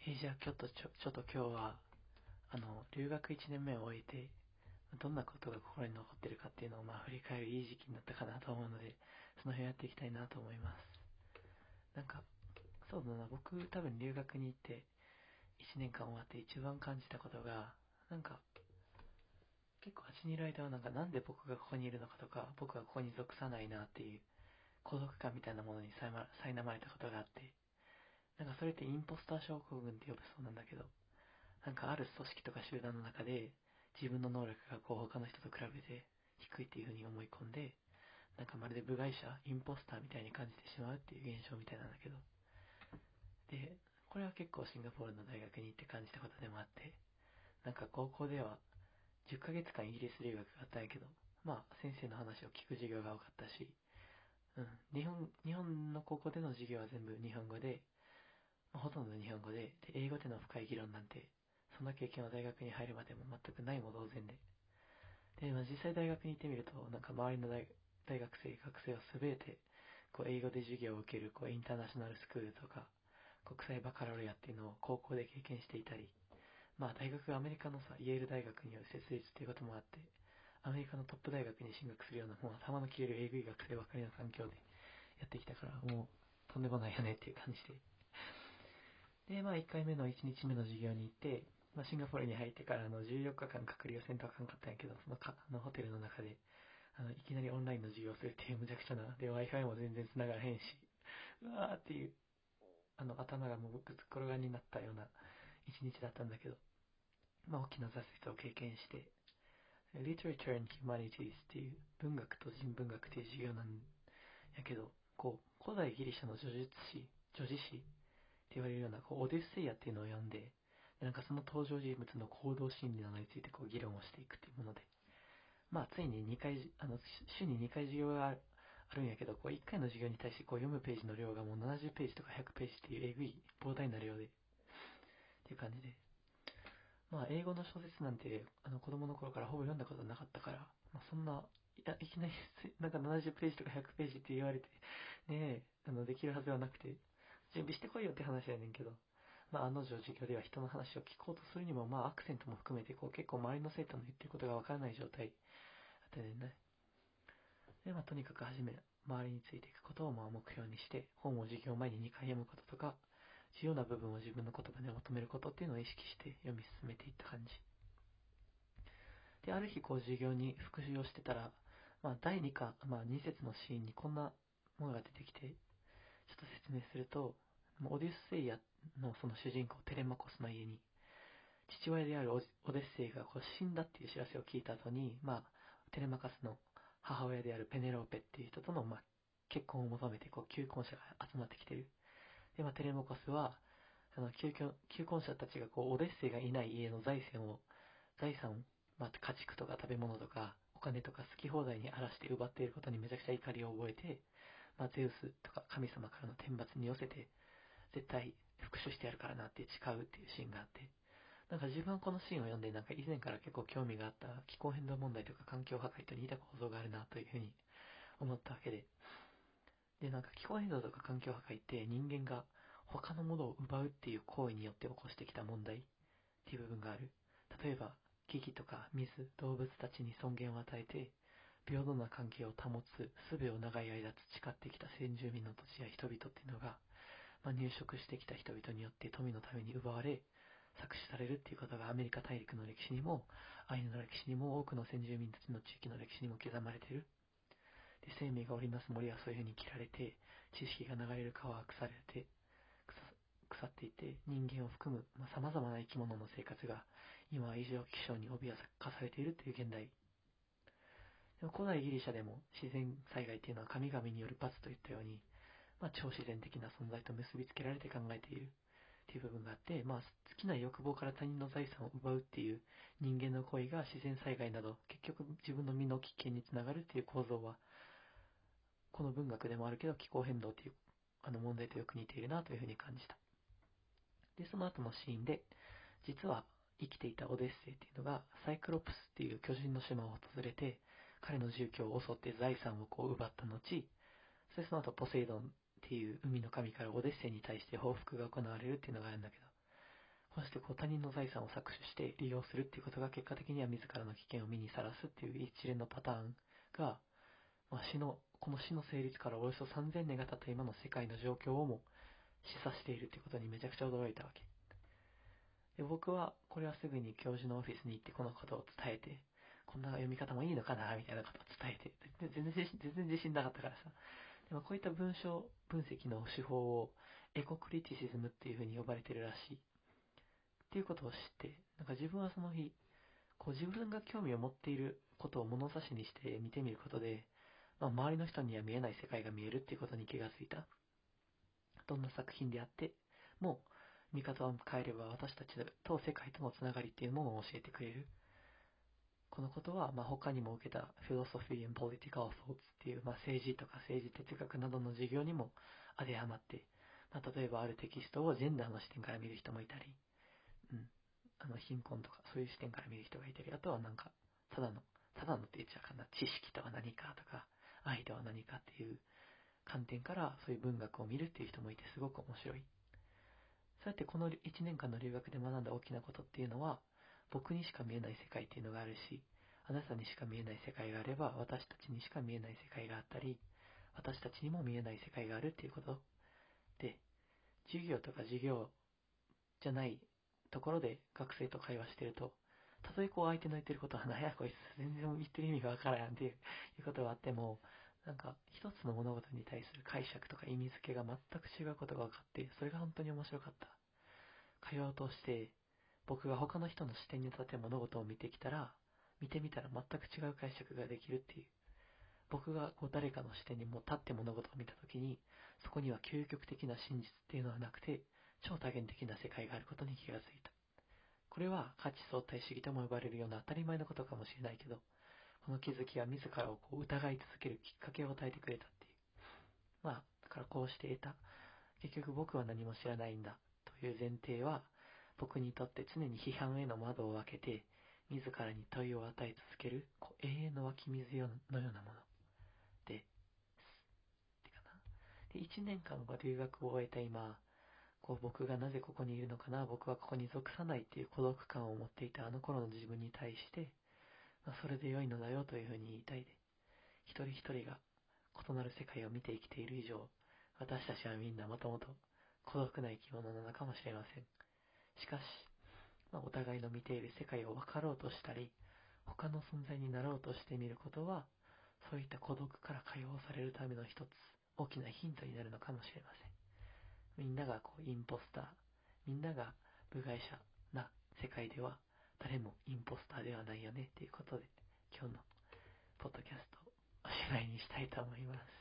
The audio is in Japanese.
じゃあちょっと今日は、留学1年目を終えて、どんなことが心に残ってるかっていうのを振り返るいい時期になったかなと思うので、その辺やっていきたいなと思います。なんか、そうだな、僕多分留学に行って1年間終わって一番感じたことが、なんか、結構あっちにいる間はなんで僕がここにいるのかとか、僕がここに属さないなっていう孤独感みたいなものに苛まれたことがあって、それってインポスター症候群って呼ぶそうなんだけど、ある組織とか集団の中で自分の能力が他の人と比べて低いっていう風に思い込んで、まるで部外者、インポスターみたいに感じてしまうっていう現象みたいなんだけど、で、これは結構シンガポールの大学に行って感じたことでもあって、高校では10ヶ月間イギリス留学があったんやけど、先生の話を聞く授業が多かったし、日本の高校での授業は全部日本語で、ほとんど日本語で、英語での深い議論なんて、そんな経験は大学に入るまでも全くないも同然で。実際大学に行ってみると、周りの大学生、学生はすべて、英語で授業を受ける、インターナショナルスクールとか、国際バカロレアっていうのを高校で経験していたり、大学がアメリカのイェール大学による設立っていうこともあって、アメリカのトップ大学に進学するような、もう頭の切れるえぐい学生ばかりの環境でやってきたから、もう、とんでもないよねっていう感じで。で、1回目の1日目の授業に行って、シンガポールに入ってから14日間隔離をせんとあかんかったんやけど、そのホテルの中で、いきなりオンラインの授業をするっていう無茶苦茶な、で、Wi-Fi も全然繋がらへんし、うわーっていう、頭がもうぐつっ転がりになったような一日だったんだけど、大きな挫折を経験して、Literature and Humanities っていう文学と人文学っていう授業なんやけど、古代ギリシャの叙事詩って言われるような、オデュッセイアっていうのを読んで、その登場人物の行動心理などについて議論をしていくっていうもので、ついに2回、週に2回授業があるんやけど、1回の授業に対して読むページの量がもう70ページとか100ページっていうえぐい膨大な量で、っていう感じで。英語の小説なんて、子供の頃からほぼ読んだことなかったから、そんな、いきなり、70ページとか100ページって言われて、ねえ、できるはずはなくて、準備してこいよって話やねんけど、案の定授業では人の話を聞こうとするにも、アクセントも含めて、結構周りの生徒の言ってることがわからない状態だったねんね。で、とにかく周りについていくことを目標にして、本を授業前に2回読むこととか、重要な部分を自分の言葉でまとめることっていうのを意識して読み進めていった感じ。で、ある日授業に復習をしてたら、第2課、2節のシーンにこんなものが出てきて、ちょっと説明すると、オデュッセイアのその主人公テレマコスの家に、父親であるオデッセイが死んだっていう知らせを聞いた後に、テレマカスの母親であるペネローペっていう人との、結婚を求めて求婚者が集まってきてる。で、テレマコスは、求婚者たちがオデッセイがいない家の財産を、家畜とか食べ物とかお金とか好き放題に荒らして奪っていることにめちゃくちゃ怒りを覚えて、ゼウスとか神様からの天罰に寄せて、絶対復讐してやるからなって誓うっていうシーンがあって、自分はこのシーンを読んで以前から結構興味があった気候変動問題とか環境破壊と似た構造があるなというふうに思ったわけで、で、気候変動とか環境破壊って人間が他のものを奪うっていう行為によって起こしてきた問題っていう部分がある。例えば、木々とか水、動物たちに尊厳を与えて、平等な関係を保つ術を長い間培ってきた先住民の土地や人々っていうのが、入植してきた人々によって富のために奪われ、搾取されるっていうことがアメリカ大陸の歴史にも、アイヌの歴史にも、多くの先住民たちの地域の歴史にも刻まれている。で、生命が織りなす森はそういう風に切られて、知識が流れる川は腐っていて、人間を含む様々な生き物の生活が今は異常気象に脅かされているという現代。でも古代ギリシャでも自然災害っていうのは神々による罰といったように、超自然的な存在と結びつけられて考えているっていう部分があって、好きな欲望から他人の財産を奪うっていう人間の行為が自然災害など結局自分の身の危険につながるっていう構造は、この文学でもあるけど気候変動っていう問題とよく似ているなというふうに感じた。で、その後のシーンで、実は生きていたオデッセイっていうのが、サイクロプスっていう巨人の島を訪れて、彼の住居を襲って財産を奪った後、その後ポセイドンっていう海の神からオデッセイに対して報復が行われるっていうのがあるんだけど、 そして他人の財産を搾取して利用するっていうことが結果的には自らの危険を身にさらすっていう一連のパターンが、この死の成立からおよそ3000年が経った今の世界の状況をも示唆しているっていうことにめちゃくちゃ驚いたわけ。で、僕はこれはすぐに教授のオフィスに行ってこのことを伝えて、こんな読み方もいいのかなみたいなことを伝えて、全然自信なかったからさ。でもこういった文章分析の手法をエコクリティシズムっていう風に呼ばれてるらしい。っていうことを知って、なんか自分はその日、自分が興味を持っていることを物差しにして見てみることで、周りの人には見えない世界が見えるっていうことに気がついた。どんな作品であっても、見方を変えれば私たちと世界とのつながりっていうものを教えてくれる。このことは、他にも受けた Philosophy and Political Thoughts っていう、政治とか政治哲学などの授業にも当てはまって、例えばあるテキストをジェンダーの視点から見る人もいたり、貧困とかそういう視点から見る人がいたり、あとはただのって言っちゃうかな、知識とは何かとか、愛とは何かっていう観点からそういう文学を見るっていう人もいてすごく面白い。そうやってこの1年間の留学で学んだ大きなことっていうのは、僕にしか見えない世界っていうのがあるし、あなたにしか見えない世界があれば、私たちにしか見えない世界があったり、私たちにも見えない世界があるっていうことで、授業とか授業じゃないところで学生と会話してると、たとえ相手の言ってることは何やこいつ全然言ってる意味がわからんっていうことがあっても、一つの物事に対する解釈とか意味付けが全く違うことが分かって、それが本当に面白かった。会話を通して僕が他の人の視点に立って物事を見てみたら全く違う解釈ができるっていう。僕が誰かの視点にも立って物事を見たときに、そこには究極的な真実っていうのはなくて、超多元的な世界があることに気がついた。これは価値相対主義とも呼ばれるような当たり前のことかもしれないけど、この気づきは自らを疑い続けるきっかけを与えてくれたっていう。だからこうして得た。結局僕は何も知らないんだという前提は、僕にとって常に批判への窓を開けて、自らに問いを与え続ける永遠の湧き水のようなもので、で1年間留学を終えた今、僕がなぜここにいるのかな、僕はここに属さないっていう孤独感を持っていたあの頃の自分に対して、それで良いのだよというふうに言いたいで、一人一人が異なる世界を見て生きている以上、私たちはみんなもともと孤独な生き物なのかもしれません。しかし、お互いの見ている世界を分かろうとしたり、他の存在になろうとしてみることは、そういった孤独から解放されるための一つ、大きなヒントになるのかもしれません。みんながインポスター、みんなが部外者な世界では、誰もインポスターではないよねっていうことで、今日のポッドキャストをおしまいにしたいと思います。